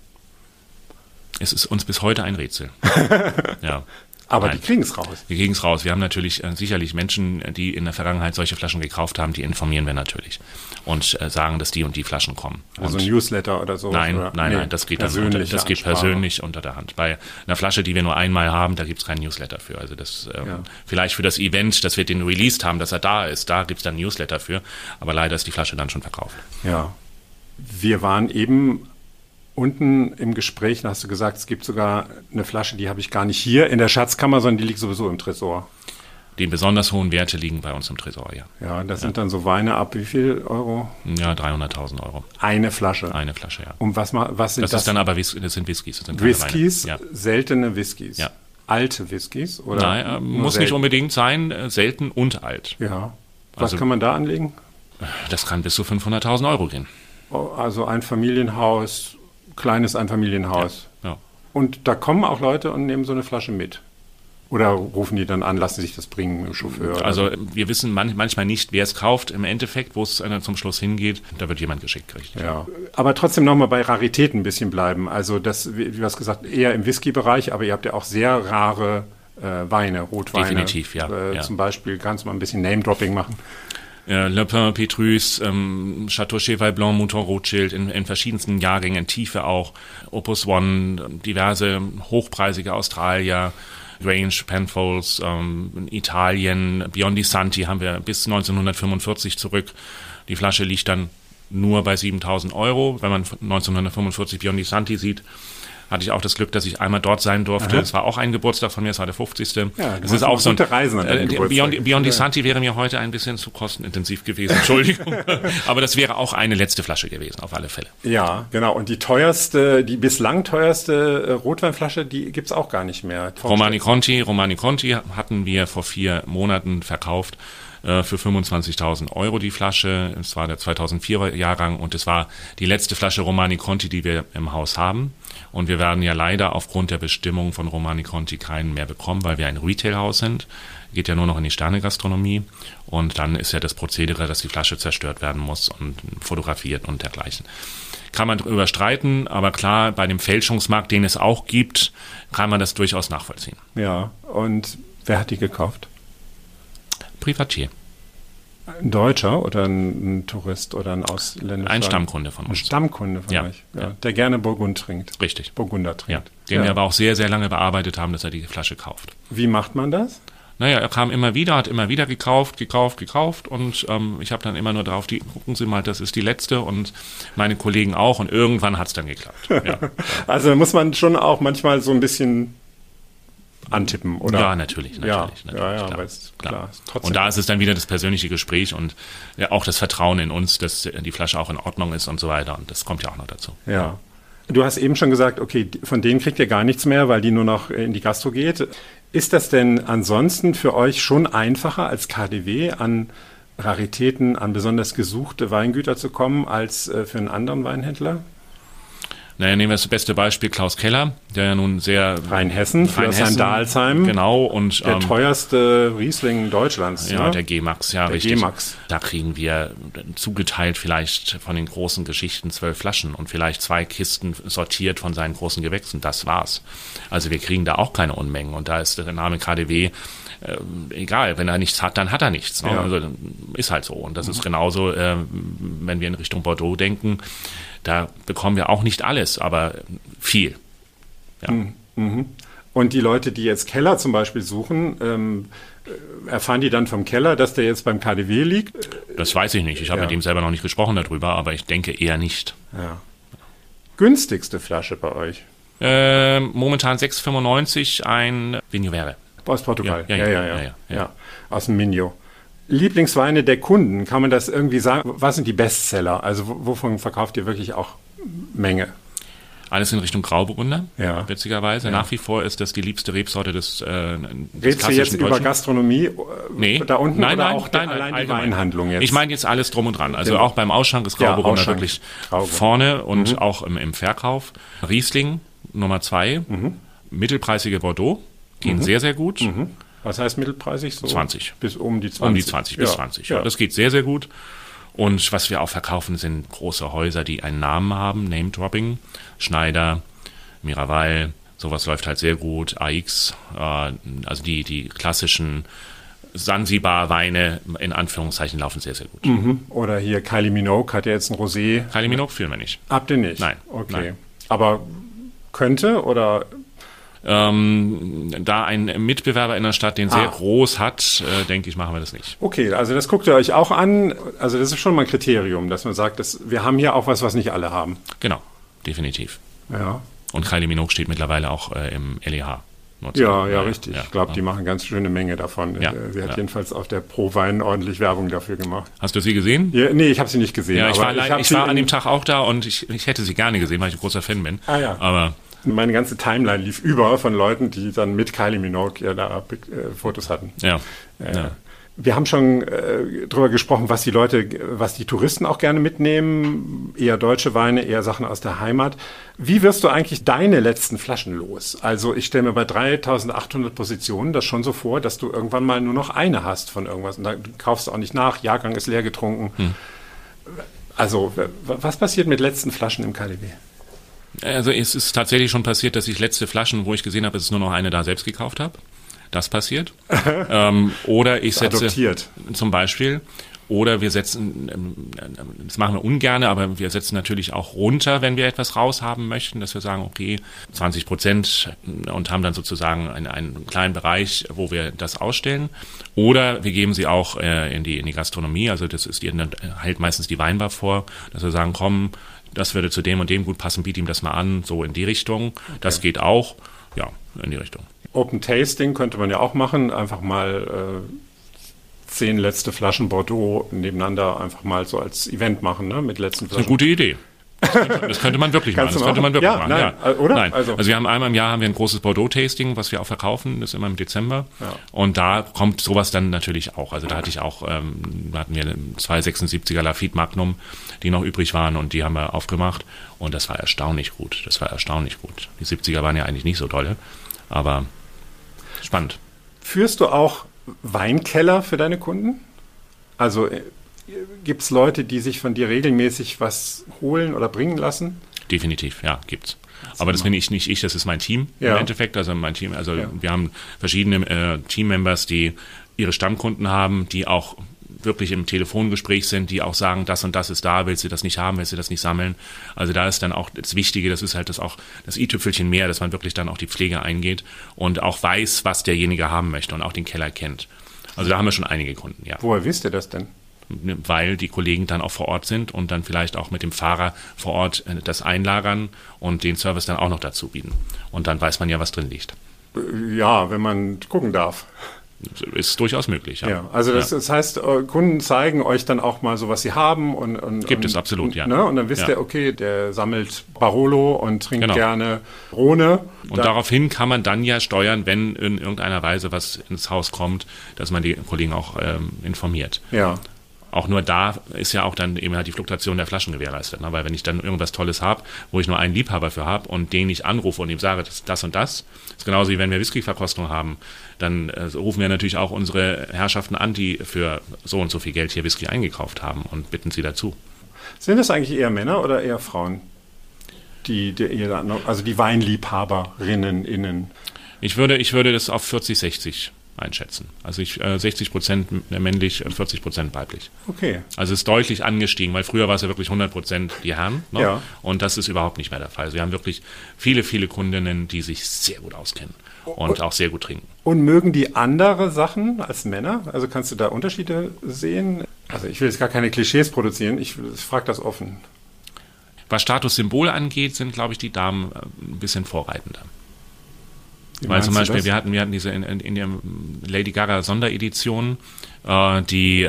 Es ist uns bis heute ein Rätsel. Ja. Aber die kriegen es raus. Die kriegen es raus. Wir haben natürlich sicherlich Menschen, die in der Vergangenheit solche Flaschen gekauft haben, die informieren wir natürlich und sagen, dass die und die Flaschen kommen. Also ein Newsletter oder so? Nein, das geht persönlich unter der Hand. Bei einer Flasche, die wir nur einmal haben, da gibt es kein Newsletter für. Also das vielleicht für das Event, dass wir den released haben, dass er da ist, da gibt es dann ein Newsletter für. Aber leider ist die Flasche dann schon verkauft. Ja. Wir waren eben unten im Gespräch, da hast du gesagt, es gibt sogar eine Flasche, die habe ich gar nicht hier in der Schatzkammer, sondern die liegt sowieso im Tresor. Die besonders hohen Werte liegen bei uns im Tresor, ja. Ja, das sind dann so Weine ab wie viel Euro? Ja, 300.000 €. Eine Flasche? Eine Flasche, ja. Und was sind das? Das ist dann aber das sind Whiskys. Das sind Whiskys, ja. Seltene Whiskys? Ja. Alte Whiskys? Oder nein, muss nicht unbedingt sein, selten und alt. Ja. Was kann man da anlegen? Das kann bis zu 500.000 € gehen. Also ein Familienhaus, kleines Einfamilienhaus. Ja. Und da kommen auch Leute und nehmen so eine Flasche mit. Oder rufen die dann an, lassen sich das bringen mit dem Chauffeur? Also wir wissen manchmal nicht, wer es kauft im Endeffekt, wo es zum Schluss hingeht. Da wird jemand geschickt, richtig. Ja, aber trotzdem nochmal bei Raritäten ein bisschen bleiben. Also das, wie du hast gesagt, eher im Whisky-Bereich, aber ihr habt ja auch sehr rare Weine, Rotweine. Definitiv, ja. Zum Beispiel kannst du mal ein bisschen Name-Dropping machen. Le Pin, Petrus, Chateau Cheval Blanc, Mouton Rothschild in verschiedensten Jahrgängen, Tiefe auch, Opus One, diverse hochpreisige Australier, Grange, Penfolds, Italien, Biondi Santi haben wir bis 1945 zurück. Die Flasche liegt dann nur bei 7.000 €. Wenn man 1945 Biondi Santi sieht, hatte ich auch das Glück, dass ich einmal dort sein durfte. Es war auch ein Geburtstag von mir, es war der 50. Ja, das ist auch so ein gute Reisen an deinem Geburtstag. Biondi Santi wäre mir heute ein bisschen zu kostenintensiv gewesen, Entschuldigung. Aber das wäre auch eine letzte Flasche gewesen, auf alle Fälle. Ja, genau. Und die bislang teuerste Rotweinflasche, die gibt's auch gar nicht mehr. Romani Conti hatten wir vor 4 Monaten verkauft. Für 25.000 € die Flasche. Es war der 2004er Jahrgang und es war die letzte Flasche Romani Conti, die wir im Haus haben. Und wir werden ja leider aufgrund der Bestimmung von Romani Conti keinen mehr bekommen, weil wir ein Retailhaus sind. Geht ja nur noch in die Sternegastronomie. Und dann ist ja das Prozedere, dass die Flasche zerstört werden muss und fotografiert und dergleichen. Kann man darüber streiten, aber klar, bei dem Fälschungsmarkt, den es auch gibt, kann man das durchaus nachvollziehen. Ja, und wer hat die gekauft? Privatier. Ein Deutscher oder ein Tourist oder ein Ausländischer? Ein Stammkunde von uns. Ein Stammkunde von euch, ja. Der gerne Burgund trinkt. Richtig. Burgunder trinkt. Ja. Den wir aber auch sehr, sehr lange bearbeitet haben, dass er die Flasche kauft. Wie macht man das? Naja, er kam immer wieder, hat immer wieder gekauft und ich habe dann immer nur drauf, gucken Sie mal, das ist die letzte und meine Kollegen auch und irgendwann hat es dann geklappt. Ja. Also muss man schon auch manchmal so ein bisschen antippen, oder? Ja, natürlich. Ja, klar. aber ist klar. Trotzdem. Und da ist es dann wieder das persönliche Gespräch und ja, auch das Vertrauen in uns, dass die Flasche auch in Ordnung ist und so weiter. Und das kommt ja auch noch dazu. Ja. Du hast eben schon gesagt, okay, von denen kriegt ihr gar nichts mehr, weil die nur noch in die Gastro geht. Ist das denn ansonsten für euch schon einfacher als KaDeWe an Raritäten, an besonders gesuchte Weingüter zu kommen, als für einen anderen Weinhändler? Naja, nehmen wir das beste Beispiel Klaus Keller, der ja nun sehr... Rheinhessen, Dalsheim. Genau. Und der teuerste Riesling Deutschlands. Ja, ne? der G-Max, ja, der richtig. G-Max. Da kriegen wir zugeteilt vielleicht von den großen Geschichten 12 Flaschen und vielleicht 2 Kisten sortiert von seinen großen Gewächsen. Das war's. Also wir kriegen da auch keine Unmengen. Und da ist der Name KaDeWe egal, wenn er nichts hat, dann hat er nichts. Ne? Ja. Also ist halt so. Und das ist genauso, wenn wir in Richtung Bordeaux denken, da bekommen wir auch nicht alles, aber viel. Ja. Mhm. Und die Leute, die jetzt Keller zum Beispiel suchen, erfahren die dann vom Keller, dass der jetzt beim KaDeWe liegt? Das weiß ich nicht. Ich habe mit ihm selber noch nicht gesprochen darüber, aber ich denke eher nicht. Ja. Günstigste Flasche bei euch? Momentan 6,95 ein Vigno Verde. Aus Portugal? Ja. Aus dem Minho. Lieblingsweine der Kunden, kann man das irgendwie sagen? Was sind die Bestseller? Also wovon verkauft ihr wirklich auch Menge? Alles in Richtung Grauburgunder, witzigerweise. Ja. Nach wie vor ist das die liebste Rebsorte des Redest du jetzt über Gastronomie da unten nein, oder auch allein die Weinhandlung jetzt? Ich meine jetzt alles drum und dran. Also auch beim Ausschank ist Grauburgunder wirklich vorne und auch im Verkauf. Riesling Nummer 2, mittelpreisige Bordeaux, gehen sehr, sehr gut. Was heißt mittelpreisig? So 20. Bis um die 20. Um die 20 bis 20, ja. Das geht sehr, sehr gut. Und was wir auch verkaufen, sind große Häuser, die einen Namen haben, Name-Dropping, Schneider, Miraval, sowas läuft halt sehr gut, AX, also die klassischen Sansibar-Weine, in Anführungszeichen, laufen sehr, sehr gut. Oder hier Kylie Minogue hat ja jetzt ein Rosé. Kylie Minogue führen wir nicht. Habt ihr nicht? Nein. Okay. Nein. Aber könnte oder... Da ein Mitbewerber in der Stadt den sehr groß hat, denke ich, machen wir das nicht. Okay, also das guckt ihr euch auch an. Also das ist schon mal ein Kriterium, dass man sagt, wir haben hier auch was nicht alle haben. Genau, definitiv. Ja. Und Kylie Minogue steht mittlerweile auch im LEH. Ja, richtig. Ich glaube, die machen ganz schöne Menge davon. Ja, sie hat jedenfalls auf der Pro Wein ordentlich Werbung dafür gemacht. Hast du sie gesehen? Ja, nee, ich habe sie nicht gesehen. Ja, ich war an dem Tag auch da und ich hätte sie gerne gesehen, weil ich ein großer Fan bin. Ah ja. Aber meine ganze Timeline lief über von Leuten, die dann mit Kylie Minogue da Fotos hatten. Ja. Wir haben schon drüber gesprochen, was die Touristen auch gerne mitnehmen. Eher deutsche Weine, eher Sachen aus der Heimat. Wie wirst du eigentlich deine letzten Flaschen los? Also ich stelle mir bei 3800 Positionen das schon so vor, dass du irgendwann mal nur noch eine hast von irgendwas. Und dann kaufst du auch nicht nach, Jahrgang ist leer getrunken. Also was passiert mit letzten Flaschen im KaDeWe? Also es ist tatsächlich schon passiert, dass ich letzte Flaschen, wo ich gesehen habe, dass es nur noch eine da selbst gekauft habe. Das passiert. Oder ich setze adoptiert. Zum Beispiel, oder wir setzen, das machen wir ungern, aber wir setzen natürlich auch runter, wenn wir etwas raushaben möchten, dass wir sagen, okay, 20% und haben dann sozusagen einen kleinen Bereich, wo wir das ausstellen. Oder wir geben sie auch in die Gastronomie, also das ist dann hält meistens die Weinbar vor, dass wir sagen, komm, das würde zu dem und dem gut passen, biete ihm das mal an, so in die Richtung. Okay. Das geht auch, ja, in die Richtung. Open Tasting könnte man ja auch machen, einfach mal 10 letzte Flaschen Bordeaux nebeneinander einfach mal so als Event machen, ne, mit letzten Flaschen. Das ist eine gute Idee. Das könnte man wirklich machen. Nein, oder? Nein. Also wir haben einmal im Jahr ein großes Bordeaux-Tasting, was wir auch verkaufen, das ist immer im Dezember. Ja. Und da kommt sowas dann natürlich auch. Also da hatte ich auch, da hatten wir 2 76er Lafite Magnum, die noch übrig waren und die haben wir aufgemacht und das war erstaunlich gut. Die 70er waren ja eigentlich nicht so dolle, aber spannend. Führst du auch Weinkeller für deine Kunden? Also gibt es Leute, die sich von dir regelmäßig was holen oder bringen lassen? Definitiv, ja, gibt's. Aber das bin nicht ich, das ist mein Team im Endeffekt. Also mein Team, wir haben verschiedene Teammembers, die ihre Stammkunden haben, die auch wirklich im Telefongespräch sind, die auch sagen, das und das ist da, willst du das nicht haben, willst du das nicht sammeln? Also da ist dann auch das Wichtige, das ist halt das i-Tüpfelchen mehr, dass man wirklich dann auch die Pflege eingeht und auch weiß, was derjenige haben möchte und auch den Keller kennt. Also da haben wir schon einige Kunden, ja. Woher wisst ihr das denn? Weil die Kollegen dann auch vor Ort sind und dann vielleicht auch mit dem Fahrer vor Ort das einlagern und den Service dann auch noch dazu bieten. Und dann weiß man ja, was drin liegt. Ja, wenn man gucken darf. Ist durchaus möglich, ja. Ja, also das heißt, Kunden zeigen euch dann auch mal so, was sie haben. Gibt es absolut, ja. Ne? Und dann wisst ihr, okay, der sammelt Barolo und trinkt gerne Rhone. Und daraufhin kann man dann ja steuern, wenn in irgendeiner Weise was ins Haus kommt, dass man die Kollegen auch informiert. Ja. Auch nur da ist ja auch dann eben halt die Fluktuation der Flaschen gewährleistet. Ne? Weil wenn ich dann irgendwas Tolles habe, wo ich nur einen Liebhaber für habe und den ich anrufe und ihm sage, das und das, ist genauso wie wenn wir Whisky-Verkostung haben, dann rufen wir natürlich auch unsere Herrschaften an, die für so und so viel Geld hier Whisky eingekauft haben und bitten sie dazu. Sind das eigentlich eher Männer oder eher Frauen? Die Weinliebhaberinnen, innen? Ich würde das auf 40-60 einschätzen. Also 60% männlich, 40% weiblich. Okay. Also es ist deutlich angestiegen, weil früher war es ja wirklich 100% die Herren. Ne? Ja. Und das ist überhaupt nicht mehr der Fall. Also wir haben wirklich viele, viele Kundinnen, die sich sehr gut auskennen und auch sehr gut trinken. Und mögen die andere Sachen als Männer? Also kannst du da Unterschiede sehen? Also ich will jetzt gar keine Klischees produzieren, ich frage das offen. Was Statussymbole angeht, sind, glaube ich, die Damen ein bisschen vorreitender. Weil zum Beispiel, wir hatten diese in der Lady Gaga Sonderedition, die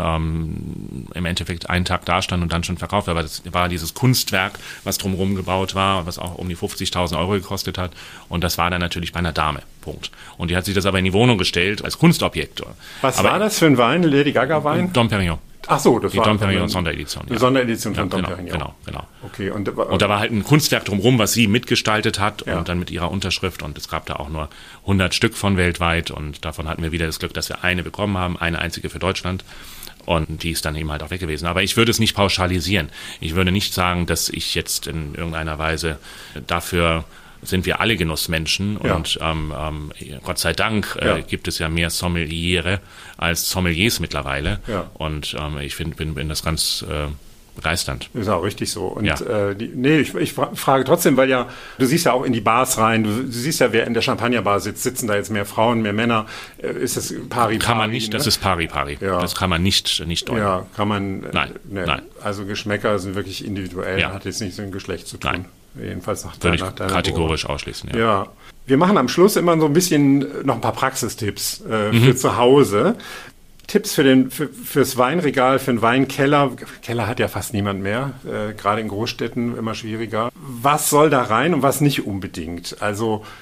im Endeffekt einen Tag da stand und dann schon verkauft war. Aber das war dieses Kunstwerk, was drumherum gebaut war, was auch um die 50.000 Euro gekostet hat. Und das war dann natürlich bei einer Dame. Punkt. Und die hat sich das aber in die Wohnung gestellt als Kunstobjekt. Was war das für ein Wein, Lady Gaga Wein? Dom Perignon. Ach so, das war die Dom Perignon Sonderedition. Die Sonderedition von Dom Perignon. Genau. Okay, und da war halt ein Kunstwerk drumherum, was sie mitgestaltet hat und dann mit ihrer Unterschrift. Und es gab da auch nur 100 Stück von weltweit. Und davon hatten wir wieder das Glück, dass wir eine bekommen haben, eine einzige für Deutschland. Und die ist dann eben halt auch weg gewesen. Aber ich würde es nicht pauschalisieren. Ich würde nicht sagen, dass ich jetzt in irgendeiner Weise dafür sind wir alle Genussmenschen und Gott sei Dank gibt es ja mehr Sommeliere als Sommeliers mittlerweile und ich bin das ganz begeisternd. Ist auch richtig so. Und ich frage trotzdem, weil ja, du siehst ja auch in die Bars rein, du siehst ja, wer in der Champagnerbar sitzt, sitzen da jetzt mehr Frauen, mehr Männer, ist das pari-pari? Kann man nicht, ne? Das ist pari-pari. Ja. Das kann man nicht deuten. Ja, kann man. Nein. Also Geschmäcker sind wirklich individuell, hat jetzt nichts mit dem Geschlecht zu tun. Nein. Jedenfalls würde ich kategorisch ausschließen. Ja. Wir machen am Schluss immer so ein bisschen noch ein paar Praxistipps für zu Hause. Tipps fürs Weinregal, für den Weinkeller. Keller hat ja fast niemand mehr, gerade in Großstädten immer schwieriger. Was soll da rein und was nicht unbedingt? Also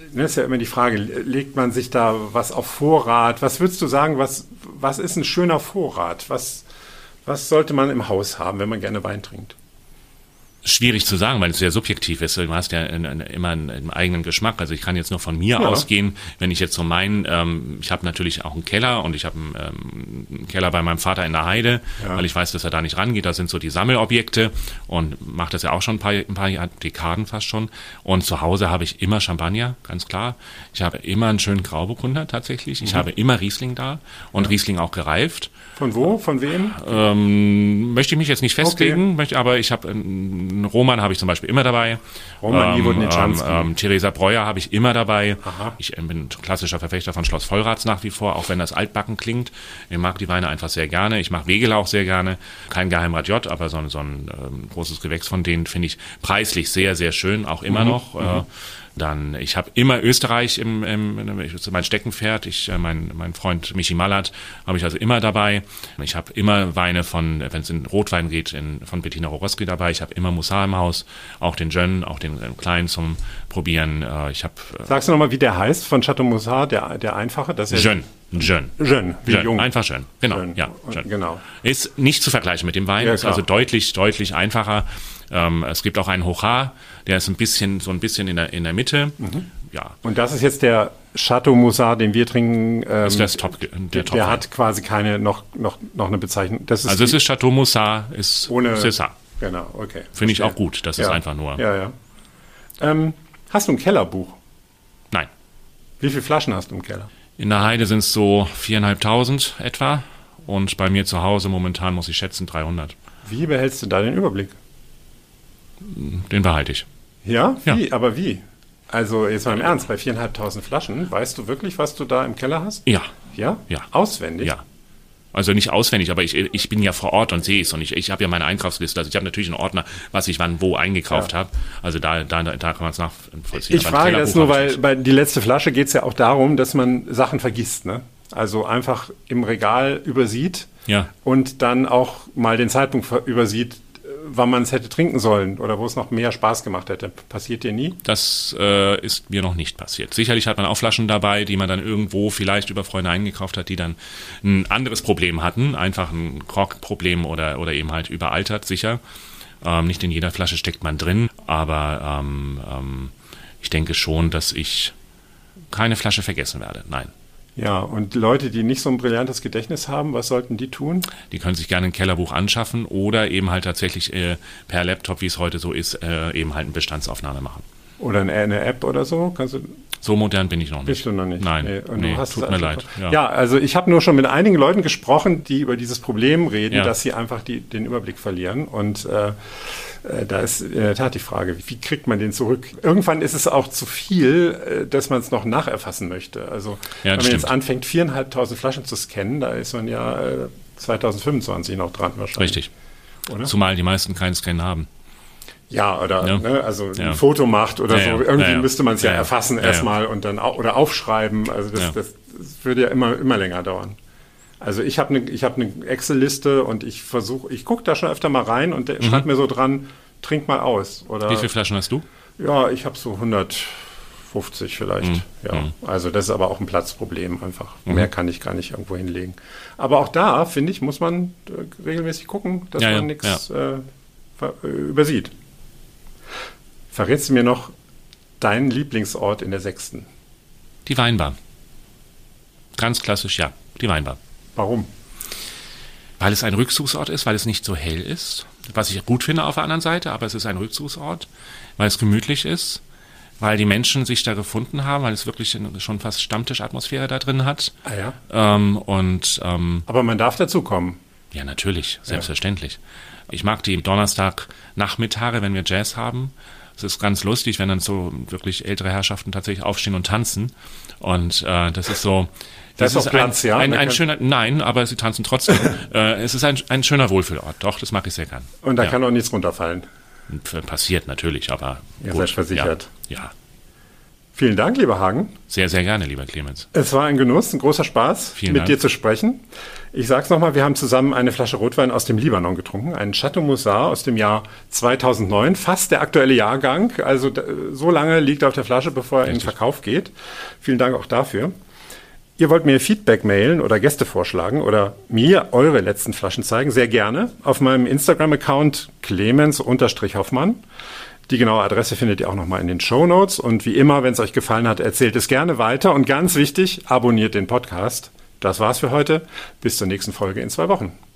Das ist ja immer die Frage, legt man sich da was auf Vorrat? Was würdest du sagen, was ist ein schöner Vorrat? Was sollte man im Haus haben, wenn man gerne Wein trinkt? Schwierig zu sagen, weil es sehr subjektiv ist. Du hast ja immer einen eigenen Geschmack. Also ich kann jetzt nur von mir ausgehen, wenn ich jetzt so ich habe natürlich auch einen Keller und ich habe einen Keller bei meinem Vater in der Heide, weil ich weiß, dass er da nicht rangeht. Da sind so die Sammelobjekte und mache das ja auch schon ein paar Dekaden fast schon. Und zu Hause habe ich immer Champagner, ganz klar. Ich habe immer einen schönen Grauburgunder tatsächlich. Ich habe immer Riesling da und Riesling auch gereift. Von wo? Von wem? Möchte ich mich jetzt nicht festlegen, aber ich habe einen Roman habe ich zum Beispiel immer dabei. Roman Iwo-Nischanski. Theresa Breuer habe ich immer dabei. Aha. Ich bin klassischer Verfechter von Schloss Vollrats nach wie vor, auch wenn das altbacken klingt. Ich mag die Weine einfach sehr gerne. Ich mag Wegeler auch sehr gerne. Kein Geheimrat J, aber so ein großes Gewächs von denen finde ich preislich sehr, sehr schön, auch immer noch. Dann, ich habe immer Österreich mein Steckenpferd. Mein Freund Michi Mallert habe ich also immer dabei. Ich habe immer Weine wenn es in Rotwein geht, von Bettina Roroski dabei. Ich habe immer Moussard im Haus, auch den Jeune, auch den kleinen zum Probieren. Sagst du nochmal, wie der heißt von Chateau Moussard, der einfache? Das ist Jeune, wie jung. Einfach Jeune, genau. Jeune. Ja, Jeune. Genau. Ist nicht zu vergleichen mit dem Wein, ist also deutlich, deutlich einfacher. Es gibt auch einen Hochar, der ist so ein bisschen in der Mitte. Ja. Und das ist jetzt der Chateau Moussard, den wir trinken. Ist das der hat quasi keine noch eine Bezeichnung. Das ist es ist Chateau Moussard, ist ohne César. Genau, okay. Finde ich auch gut. Das ist einfach nur. Ja. Hast du ein Kellerbuch? Nein. Wie viele Flaschen hast du im Keller? In der Heide sind es so 4.500 etwa. Und bei mir zu Hause momentan muss ich schätzen 300. Wie behältst du da den Überblick? Den behalte ich. Ja? Wie? Aber wie? Also jetzt mal im Ernst, bei 4.500 Flaschen, weißt du wirklich, was du da im Keller hast? Ja. Ja? Ja. Auswendig? Ja. Also nicht auswendig, aber ich bin ja vor Ort und sehe es und ich habe ja meine Einkaufsliste. Also ich habe natürlich einen Ordner, was ich wann wo eingekauft habe. Also da kann man es nachvollziehen. Ich frage das nur, weil bei die letzte Flasche geht es ja auch darum, dass man Sachen vergisst, ne? Also einfach im Regal übersieht und dann auch mal den Zeitpunkt übersieht, wann man es hätte trinken sollen oder wo es noch mehr Spaß gemacht hätte. Passiert dir nie? Das ist mir noch nicht passiert. Sicherlich hat man auch Flaschen dabei, die man dann irgendwo vielleicht über Freunde eingekauft hat, die dann ein anderes Problem hatten, einfach ein Korkproblem oder eben halt überaltert, sicher. Nicht in jeder Flasche steckt man drin, aber ich denke schon, dass ich keine Flasche vergessen werde. Nein. Ja, und Leute, die nicht so ein brillantes Gedächtnis haben, was sollten die tun? Die können sich gerne ein Kellerbuch anschaffen oder eben halt tatsächlich per Laptop, wie es heute so ist, eben halt eine Bestandsaufnahme machen. Oder eine App oder so? So modern bin ich noch nicht. Bist du noch nicht? Nein, nee, tut mir leid. Ja, also ich habe nur schon mit einigen Leuten gesprochen, die über dieses Problem reden, dass sie einfach den Überblick verlieren. Und da ist in der Tat die Frage, wie kriegt man den zurück? Irgendwann ist es auch zu viel, dass man es noch nacherfassen möchte. Also wenn man jetzt anfängt, 4.500 Flaschen zu scannen, da ist man ja 2025 noch dran wahrscheinlich. Richtig. Oder? Zumal die meisten keinen Scan haben. Ja, oder ein Foto macht oder so. Irgendwie müsste man es erfassen erstmal und dann oder aufschreiben. Also das würde ja immer länger dauern. Also ich habe eine Excel-Liste und ich gucke da schon öfter mal rein und schreibe mir so dran, trink mal aus. Oder, wie viele Flaschen hast du? Ja, ich habe so 150 vielleicht. Also das ist aber auch ein Platzproblem einfach. Mehr kann ich gar nicht irgendwo hinlegen. Aber auch da, finde ich, muss man regelmäßig gucken, dass man nichts übersieht. Verrätst du mir noch deinen Lieblingsort in der 6.? Die Weinbar. Ganz klassisch, ja, die Weinbar. Warum? Weil es ein Rückzugsort ist, weil es nicht so hell ist, was ich gut finde auf der anderen Seite, aber es ist ein Rückzugsort, weil es gemütlich ist, weil die Menschen sich da gefunden haben, weil es wirklich schon fast Stammtischatmosphäre da drin hat. Ah ja? Aber man darf dazukommen. Ja, natürlich, selbstverständlich. Ich mag die Donnerstagnachmittage, wenn wir Jazz haben. Es ist ganz lustig, wenn dann so wirklich ältere Herrschaften tatsächlich aufstehen und tanzen. Und das ist so... Das ist Platz, ein schöner, nein, aber sie tanzen trotzdem. Es ist ein schöner Wohlfühlort, doch, das mag ich sehr gern. Und da kann auch nichts runterfallen. Passiert natürlich, aber ihr seid versichert. Ja. Vielen Dank, lieber Hagen. Sehr, sehr gerne, lieber Clemens. Es war ein Genuss, ein großer Spaß, mit dir zu sprechen. Ich sag's nochmal, wir haben zusammen eine Flasche Rotwein aus dem Libanon getrunken, einen Chateau Moussard aus dem Jahr 2009, fast der aktuelle Jahrgang. Also so lange liegt er auf der Flasche, bevor er in den Verkauf geht. Vielen Dank auch dafür. Ihr wollt mir Feedback mailen oder Gäste vorschlagen oder mir eure letzten Flaschen zeigen, sehr gerne auf meinem Instagram-Account Clemens_Hoffmann. Die genaue Adresse findet ihr auch nochmal in den Shownotes. Und wie immer, wenn es euch gefallen hat, erzählt es gerne weiter. Und ganz wichtig, abonniert den Podcast. Das war's für heute. Bis zur nächsten Folge in 2 Wochen.